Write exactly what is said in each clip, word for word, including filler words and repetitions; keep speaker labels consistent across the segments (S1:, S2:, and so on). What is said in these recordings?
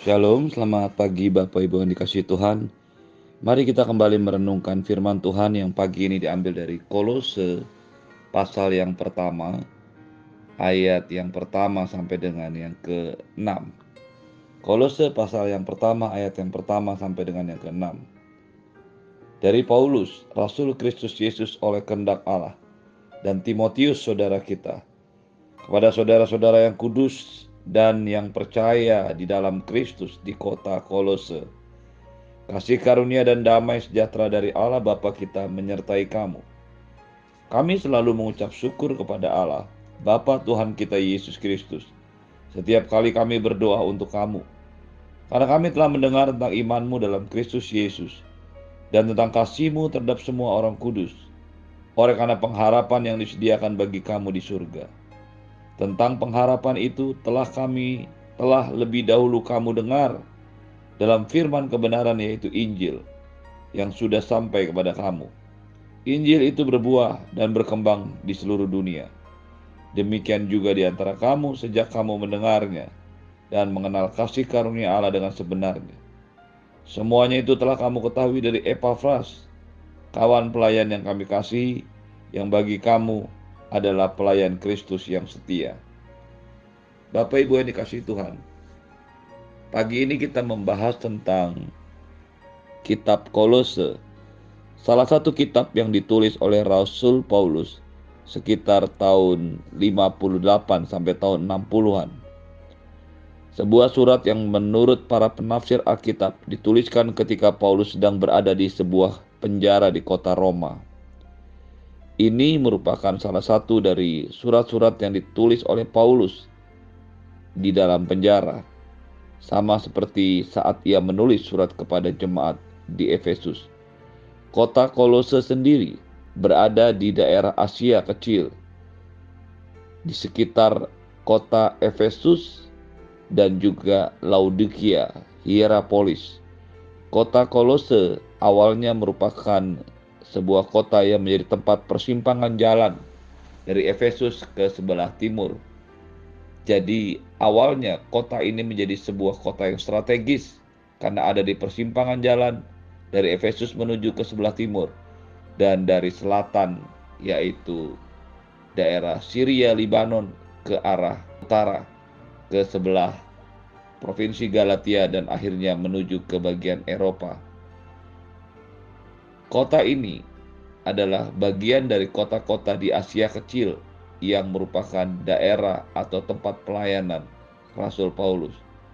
S1: Shalom, selamat pagi Bapak Ibu yang dikasihi Tuhan. Mari kita kembali merenungkan firman Tuhan yang pagi ini diambil dari Kolose pasal yang pertama, ayat yang pertama sampai dengan yang keenam. Kolose pasal yang pertama, ayat yang pertama sampai dengan yang keenam. Dari Paulus, Rasul Kristus Yesus oleh kehendak Allah, dan Timotius saudara kita, kepada saudara-saudara yang kudus dan yang percaya di dalam Kristus di kota Kolose. Kasih karunia dan damai sejahtera dari Allah Bapa kita menyertai kamu. Kami selalu mengucap syukur kepada Allah, Bapa Tuhan kita Yesus Kristus, setiap kali kami berdoa untuk kamu. Karena kami telah mendengar tentang imanmu dalam Kristus Yesus, dan tentang kasihmu terhadap semua orang kudus, oleh karena pengharapan yang disediakan bagi kamu di surga. Tentang pengharapan itu telah kami, telah lebih dahulu kamu dengar dalam firman kebenaran, yaitu Injil, yang sudah sampai kepada kamu. Injil itu berbuah dan berkembang di seluruh dunia. Demikian juga di antara kamu sejak kamu mendengarnya dan mengenal kasih karunia Allah dengan sebenarnya. Semuanya itu telah kamu ketahui dari Epafras, kawan pelayan yang kami kasihi, yang bagi kamu adalah pelayan Kristus yang setia. Bapak Ibu yang dikasihi Tuhan, pagi ini kita membahas tentang kitab Kolose, salah satu kitab yang ditulis oleh Rasul Paulus sekitar tahun lima puluh delapan sampai tahun enam puluhan. Sebuah surat yang menurut para penafsir Alkitab dituliskan ketika Paulus sedang berada di sebuah penjara di kota Roma. Ini merupakan salah satu dari surat-surat yang ditulis oleh Paulus di dalam penjara, sama seperti saat ia menulis surat kepada jemaat di Efesus. Kota Kolose sendiri berada di daerah Asia Kecil, di sekitar kota Efesus dan juga Laodikia, Hierapolis. Kota Kolose awalnya merupakan sebuah kota yang menjadi tempat persimpangan jalan dari Efesus ke sebelah timur. Jadi awalnya kota ini menjadi sebuah kota yang strategis karena ada di persimpangan jalan dari Efesus menuju ke sebelah timur dan dari selatan, yaitu daerah Syria, Lebanon, ke arah utara ke sebelah provinsi Galatia dan akhirnya menuju ke bagian Eropa. Kota ini adalah bagian dari kota-kota di Asia Kecil yang merupakan daerah atau tempat pelayanan Rasul Paulus.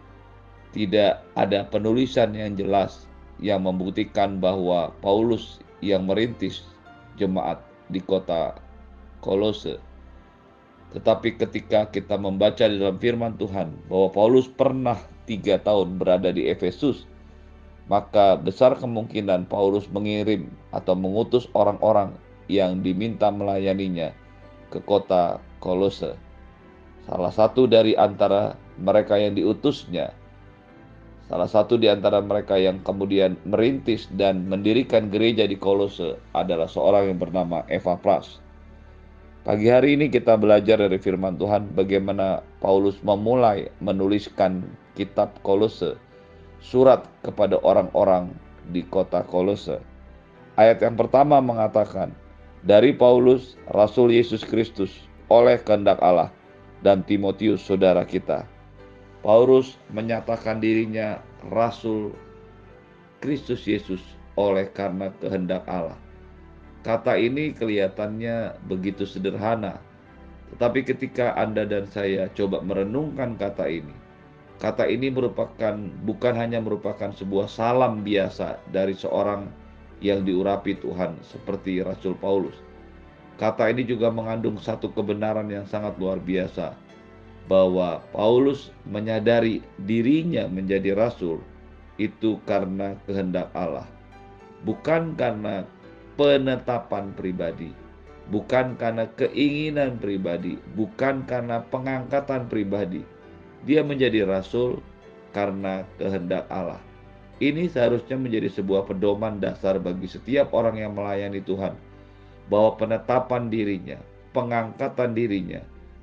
S1: Tidak ada penulisan yang jelas yang membuktikan bahwa Paulus yang merintis jemaat di kota Kolose. Tetapi ketika kita membaca di dalam firman Tuhan bahwa Paulus pernah tiga tahun berada di Efesus, maka besar kemungkinan Paulus mengirim atau mengutus orang-orang yang diminta melayaninya ke kota Kolose. Salah satu dari antara mereka yang diutusnya, salah satu di antara mereka yang kemudian merintis dan mendirikan gereja di Kolose adalah seorang yang bernama Epafras. Pagi hari ini kita belajar dari firman Tuhan bagaimana Paulus memulai menuliskan kitab Kolose, surat kepada orang-orang di kota Kolose. Ayat yang pertama mengatakan, dari Paulus, Rasul Yesus Kristus, oleh kehendak Allah, dan Timotius saudara kita. Paulus menyatakan dirinya Rasul Kristus Yesus oleh karena kehendak Allah. Kata ini kelihatannya begitu sederhana, tetapi ketika Anda dan saya coba merenungkan kata ini, kata ini merupakan bukan hanya merupakan sebuah salam biasa dari seorang yang diurapi Tuhan seperti Rasul Paulus. Kata ini juga mengandung satu kebenaran yang sangat luar biasa, bahwa Paulus menyadari dirinya menjadi rasul itu karena kehendak Allah, bukan karena penetapan pribadi, bukan karena keinginan pribadi, bukan karena pengangkatan pribadi. Dia menjadi rasul karena kehendak Allah. Ini seharusnya menjadi sebuah pedoman dasar bagi setiap orang yang melayani Tuhan, bahwa penetapan dirinya, pengangkatan dirinya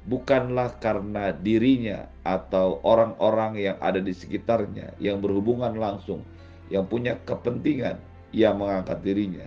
S1: bukanlah karena dirinya atau orang-orang yang ada di sekitarnya yang berhubungan langsung, yang punya kepentingan, yang mengangkat dirinya.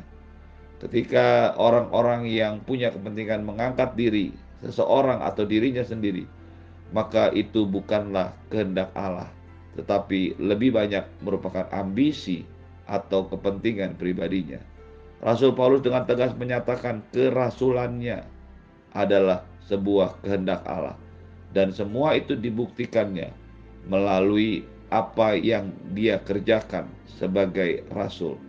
S1: Ketika orang-orang yang punya kepentingan mengangkat diri seseorang atau dirinya sendiri, maka itu bukanlah kehendak Allah, tetapi lebih banyak merupakan ambisi atau kepentingan pribadinya. Rasul Paulus dengan tegas menyatakan kerasulannya adalah sebuah kehendak Allah, dan semua itu dibuktikannya melalui apa yang dia kerjakan sebagai rasul.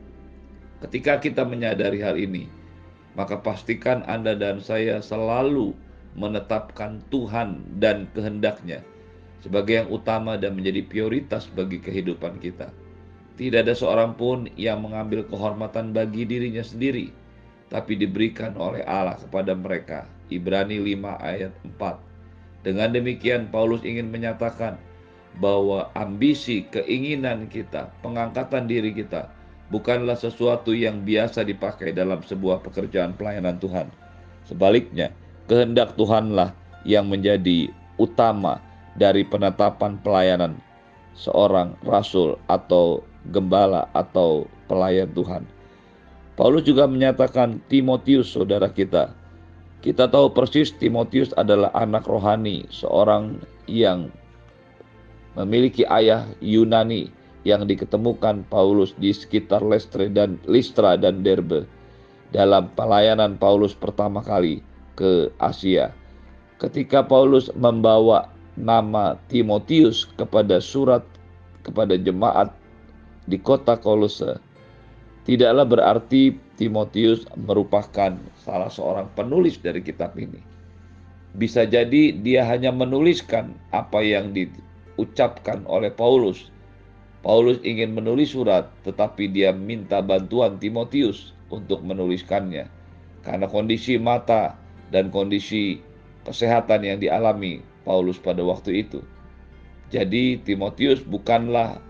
S1: Ketika kita menyadari hal ini, maka pastikan Anda dan saya selalu menetapkan Tuhan dan kehendaknya sebagai yang utama dan menjadi prioritas bagi kehidupan kita. Tidak ada seorang pun yang mengambil kehormatan bagi dirinya sendiri, tapi diberikan oleh Allah kepada mereka. Ibrani lima ayat empat. Dengan demikian Paulus ingin menyatakan bahwa ambisi, keinginan kita, pengangkatan diri kita bukanlah sesuatu yang biasa dipakai dalam sebuah pekerjaan pelayanan Tuhan. Sebaliknya, kehendak Tuhanlah yang menjadi utama dari penetapan pelayanan seorang rasul atau gembala atau pelayan Tuhan. Paulus juga menyatakan Timotius, saudara kita. Kita tahu persis Timotius adalah anak rohani, seorang yang memiliki ayah Yunani yang diketemukan Paulus di sekitar Listra dan Listra dan Derbe dalam pelayanan Paulus pertama kali ke Asia. Ketika Paulus membawa nama Timotius kepada surat kepada jemaat di kota Kolose, tidaklah berarti Timotius merupakan salah seorang penulis dari kitab ini. Bisa jadi dia hanya menuliskan apa yang diucapkan oleh Paulus. Paulus ingin menulis surat, tetapi dia minta bantuan Timotius untuk menuliskannya, karena kondisi mata dan kondisi kesehatan yang dialami Paulus pada waktu itu. Jadi Timotius bukanlah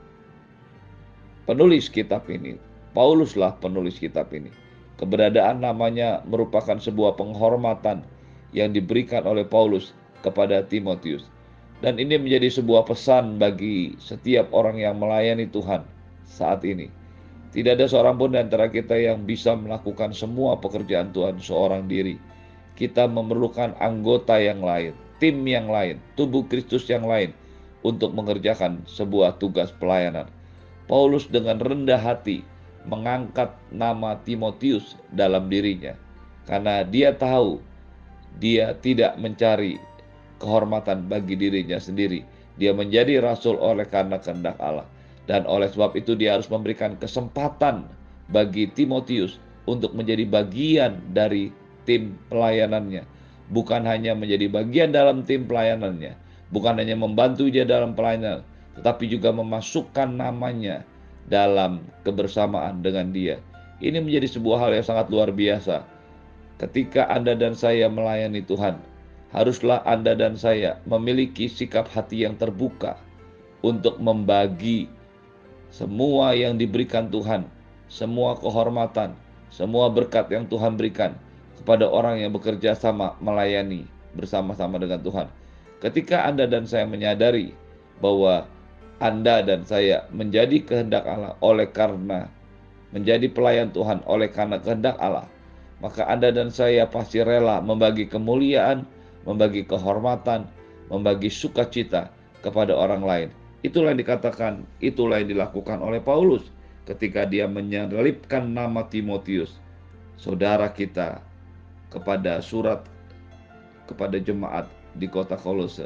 S1: penulis kitab ini, Pauluslah penulis kitab ini. Keberadaan namanya merupakan sebuah penghormatan yang diberikan oleh Paulus kepada Timotius. Dan ini menjadi sebuah pesan bagi setiap orang yang melayani Tuhan saat ini. Tidak ada seorang pun di antara kita yang bisa melakukan semua pekerjaan Tuhan seorang diri. Kita memerlukan anggota yang lain, tim yang lain, tubuh Kristus yang lain untuk mengerjakan sebuah tugas pelayanan. Paulus dengan rendah hati mengangkat nama Timotius dalam dirinya, karena dia tahu dia tidak mencari kehormatan bagi dirinya sendiri. Dia menjadi rasul oleh karena kehendak Allah, dan oleh sebab itu dia harus memberikan kesempatan bagi Timotius untuk menjadi bagian dari tim pelayanannya. Bukan hanya menjadi bagian dalam tim pelayanannya, bukan hanya membantu dia dalam pelayanan, tetapi juga memasukkan namanya dalam kebersamaan dengan dia. Ini menjadi sebuah hal yang sangat luar biasa. Ketika Anda dan saya melayani Tuhan, haruslah Anda dan saya memiliki sikap hati yang terbuka untuk membagi semua yang diberikan Tuhan, semua kehormatan, semua berkat yang Tuhan berikan kepada orang yang bekerja sama melayani bersama-sama dengan Tuhan. Ketika Anda dan saya menyadari bahwa Anda dan saya menjadi kehendak Allah oleh karena menjadi pelayan Tuhan oleh karena kehendak Allah, maka Anda dan saya pasti rela membagi kemuliaan, membagi kehormatan, membagi sukacita kepada orang lain. Itulah yang dikatakan, itulah yang dilakukan oleh Paulus ketika dia menyelipkan nama Timotius, saudara kita, kepada surat kepada jemaat di kota Kolose.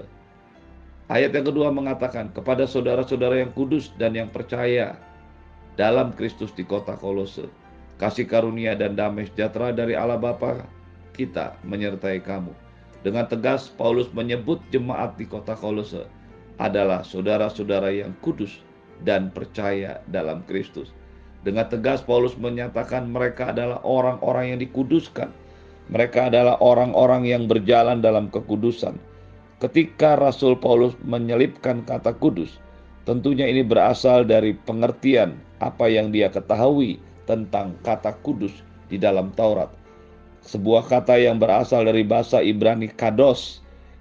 S1: Ayat yang kedua mengatakan, kepada saudara-saudara yang kudus dan yang percaya dalam Kristus di kota Kolose, kasih karunia dan damai sejahtera dari Allah Bapa kita menyertai kamu. Dengan tegas Paulus menyebut jemaat di kota Kolose adalah saudara-saudara yang kudus dan percaya dalam Kristus. Dengan tegas Paulus menyatakan mereka adalah orang-orang yang dikuduskan. Mereka adalah orang-orang yang berjalan dalam kekudusan. Ketika Rasul Paulus menyelipkan kata kudus, tentunya ini berasal dari pengertian apa yang dia ketahui tentang kata kudus di dalam Taurat. Sebuah kata yang berasal dari bahasa Ibrani kados,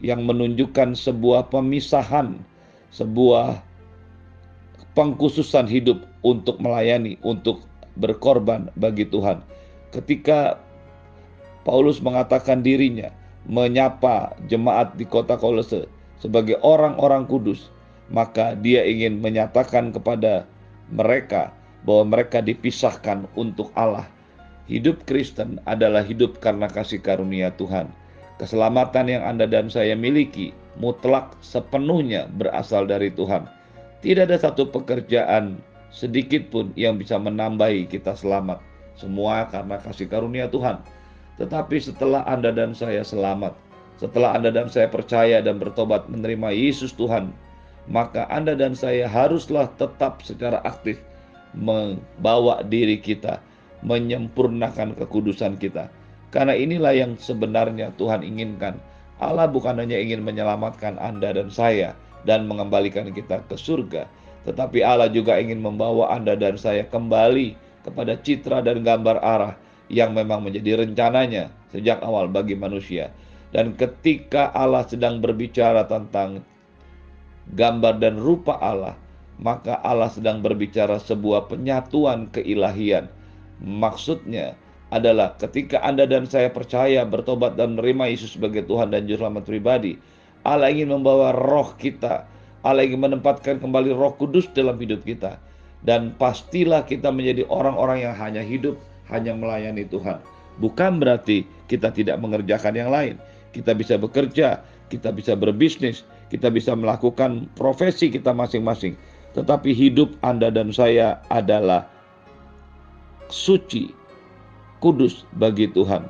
S1: yang menunjukkan sebuah pemisahan, sebuah pengkhususan hidup untuk melayani, untuk berkorban bagi Tuhan. Ketika Paulus mengatakan dirinya menyapa jemaat di kota Kolose sebagai orang-orang kudus, maka dia ingin menyatakan kepada mereka bahwa mereka dipisahkan untuk Allah. Hidup Kristen adalah hidup karena kasih karunia Tuhan. Keselamatan yang Anda dan saya miliki mutlak sepenuhnya berasal dari Tuhan. Tidak ada satu pekerjaan sedikit pun yang bisa menambahi kita selamat. Semua karena kasih karunia Tuhan. Tetapi setelah Anda dan saya selamat, setelah Anda dan saya percaya dan bertobat menerima Yesus Tuhan, maka Anda dan saya haruslah tetap secara aktif membawa diri kita, menyempurnakan kekudusan kita. Karena inilah yang sebenarnya Tuhan inginkan. Allah bukan hanya ingin menyelamatkan Anda dan saya dan mengembalikan kita ke surga, tetapi Allah juga ingin membawa Anda dan saya kembali kepada citra dan gambar arah yang memang menjadi rencananya sejak awal bagi manusia. Dan ketika Allah sedang berbicara tentang gambar dan rupa Allah, maka Allah sedang berbicara sebuah penyatuan keilahian. Maksudnya adalah ketika Anda dan saya percaya, bertobat dan menerima Yesus sebagai Tuhan dan Juru Selamat pribadi, Allah ingin membawa roh kita, Allah ingin menempatkan kembali Roh Kudus dalam hidup kita. Dan pastilah kita menjadi orang-orang yang hanya hidup, hanya melayani Tuhan. Bukan berarti kita tidak mengerjakan yang lain. Kita bisa bekerja, kita bisa berbisnis, kita bisa melakukan profesi kita masing-masing. Tetapi hidup Anda dan saya adalah suci, kudus bagi Tuhan.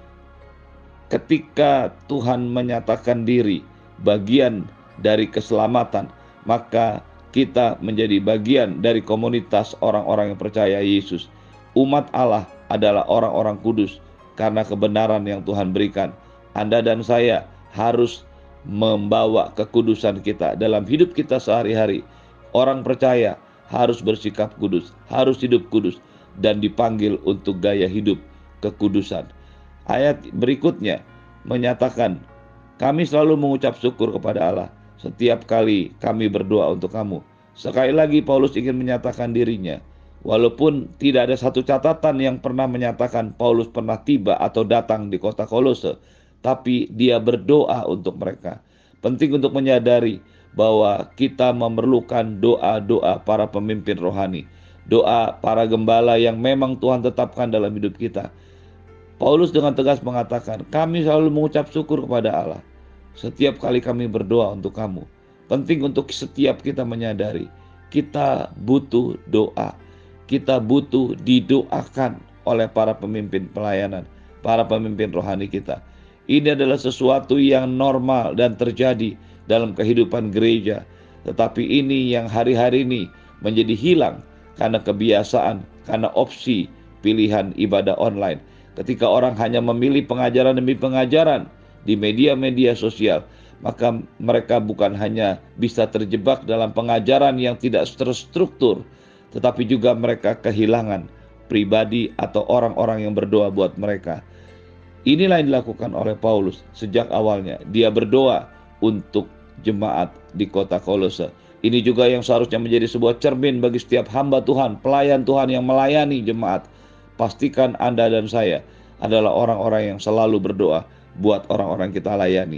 S1: Ketika Tuhan menyatakan diri bagian dari keselamatan, maka kita menjadi bagian dari komunitas orang-orang yang percaya Yesus. Umat Allah adalah orang-orang kudus karena kebenaran yang Tuhan berikan. Anda dan saya harus membawa kekudusan kita dalam hidup kita sehari-hari. Orang percaya harus bersikap kudus, harus hidup kudus, dan dipanggil untuk gaya hidup kekudusan. Ayat berikutnya menyatakan, kami selalu mengucap syukur kepada Allah setiap kali kami berdoa untuk kamu. Sekali lagi Paulus ingin menyatakan dirinya. Walaupun tidak ada satu catatan yang pernah menyatakan Paulus pernah tiba atau datang di kota Kolose, tapi dia berdoa untuk mereka. Penting untuk menyadari bahwa kita memerlukan doa-doa para pemimpin rohani, doa para gembala yang memang Tuhan tetapkan dalam hidup kita. Paulus dengan tegas mengatakan, kami selalu mengucap syukur kepada Allah setiap kali kami berdoa untuk kamu. Penting untuk setiap kita menyadari, kita butuh doa. Kita butuh didoakan oleh para pemimpin pelayanan, para pemimpin rohani kita. Ini adalah sesuatu yang normal dan terjadi dalam kehidupan gereja. Tetapi ini yang hari-hari ini menjadi hilang karena kebiasaan, karena opsi pilihan ibadah online. Ketika orang hanya memilih pengajaran demi pengajaran di media-media sosial, maka mereka bukan hanya bisa terjebak dalam pengajaran yang tidak terstruktur, tetapi juga mereka kehilangan pribadi atau orang-orang yang berdoa buat mereka. Inilah yang dilakukan oleh Paulus sejak awalnya. Dia berdoa untuk jemaat di kota Kolose. Ini juga yang seharusnya menjadi sebuah cermin bagi setiap hamba Tuhan, pelayan Tuhan yang melayani jemaat. Pastikan Anda dan saya adalah orang-orang yang selalu berdoa buat orang-orang kita layani.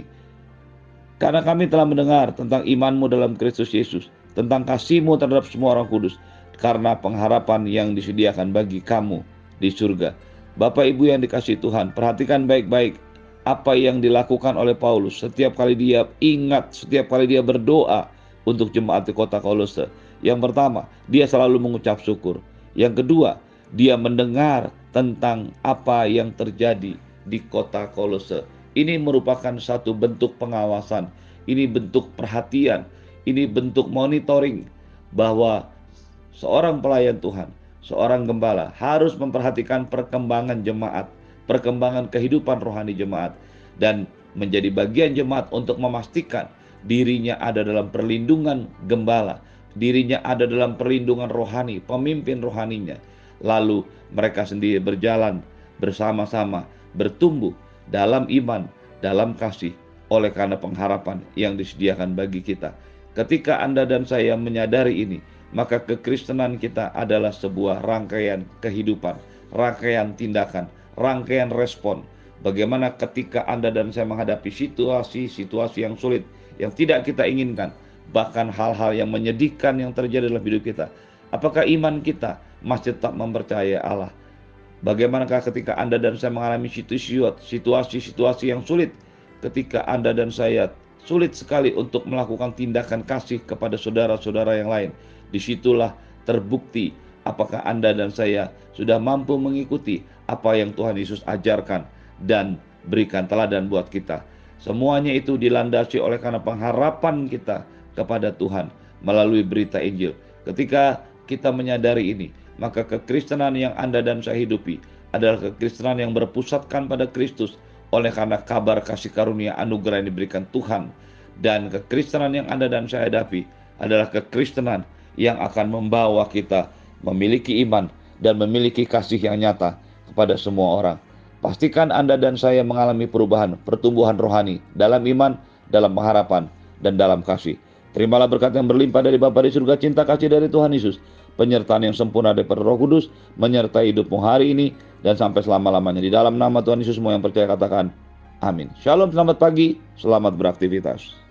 S1: Karena kami telah mendengar tentang imanmu dalam Kristus Yesus, tentang kasihmu terhadap semua orang kudus, karena pengharapan yang disediakan bagi kamu di surga. Bapak Ibu yang dikasihi Tuhan, perhatikan baik-baik apa yang dilakukan oleh Paulus setiap kali dia ingat, setiap kali dia berdoa untuk jemaat di kota Kolose. Yang pertama, dia selalu mengucap syukur. Yang kedua, dia mendengar tentang apa yang terjadi di kota Kolose. Ini merupakan satu bentuk pengawasan, ini bentuk perhatian, ini bentuk monitoring bahwa seorang pelayan Tuhan, seorang gembala harus memperhatikan perkembangan jemaat, perkembangan kehidupan rohani jemaat, dan menjadi bagian jemaat untuk memastikan dirinya ada dalam perlindungan gembala, dirinya ada dalam perlindungan rohani, pemimpin rohaninya. Lalu mereka sendiri berjalan bersama-sama, bertumbuh dalam iman, dalam kasih, oleh karena pengharapan yang disediakan bagi kita. Ketika Anda dan saya menyadari ini, maka kekristenan kita adalah sebuah rangkaian kehidupan, rangkaian tindakan, rangkaian respon. Bagaimana ketika Anda dan saya menghadapi situasi-situasi yang sulit, yang tidak kita inginkan, bahkan hal-hal yang menyedihkan yang terjadi dalam hidup kita, apakah iman kita masih tetap mempercayai Allah? Bagaimanakah ketika Anda dan saya mengalami situasi-situasi yang sulit, ketika Anda dan saya sulit sekali untuk melakukan tindakan kasih kepada saudara-saudara yang lain? Disitulah terbukti apakah Anda dan saya sudah mampu mengikuti apa yang Tuhan Yesus ajarkan dan berikan teladan buat kita. Semuanya itu dilandasi oleh karena pengharapan kita kepada Tuhan melalui berita Injil. Ketika kita menyadari ini, maka kekristenan yang Anda dan saya hidupi adalah kekristenan yang berpusatkan pada Kristus oleh karena kabar kasih karunia anugerah yang diberikan Tuhan. Dan kekristenan yang Anda dan saya hadapi adalah kekristenan yang akan membawa kita memiliki iman dan memiliki kasih yang nyata kepada semua orang. Pastikan Anda dan saya mengalami perubahan, pertumbuhan rohani dalam iman, dalam pengharapan, dan dalam kasih. Terimalah berkat yang berlimpah dari Bapa di surga, cinta kasih dari Tuhan Yesus, penyertaan yang sempurna dari Roh Kudus, menyertai hidupmu hari ini dan sampai selama-lamanya. Di dalam nama Tuhan Yesus, semua yang percaya katakan amin. Shalom, selamat pagi, selamat beraktivitas.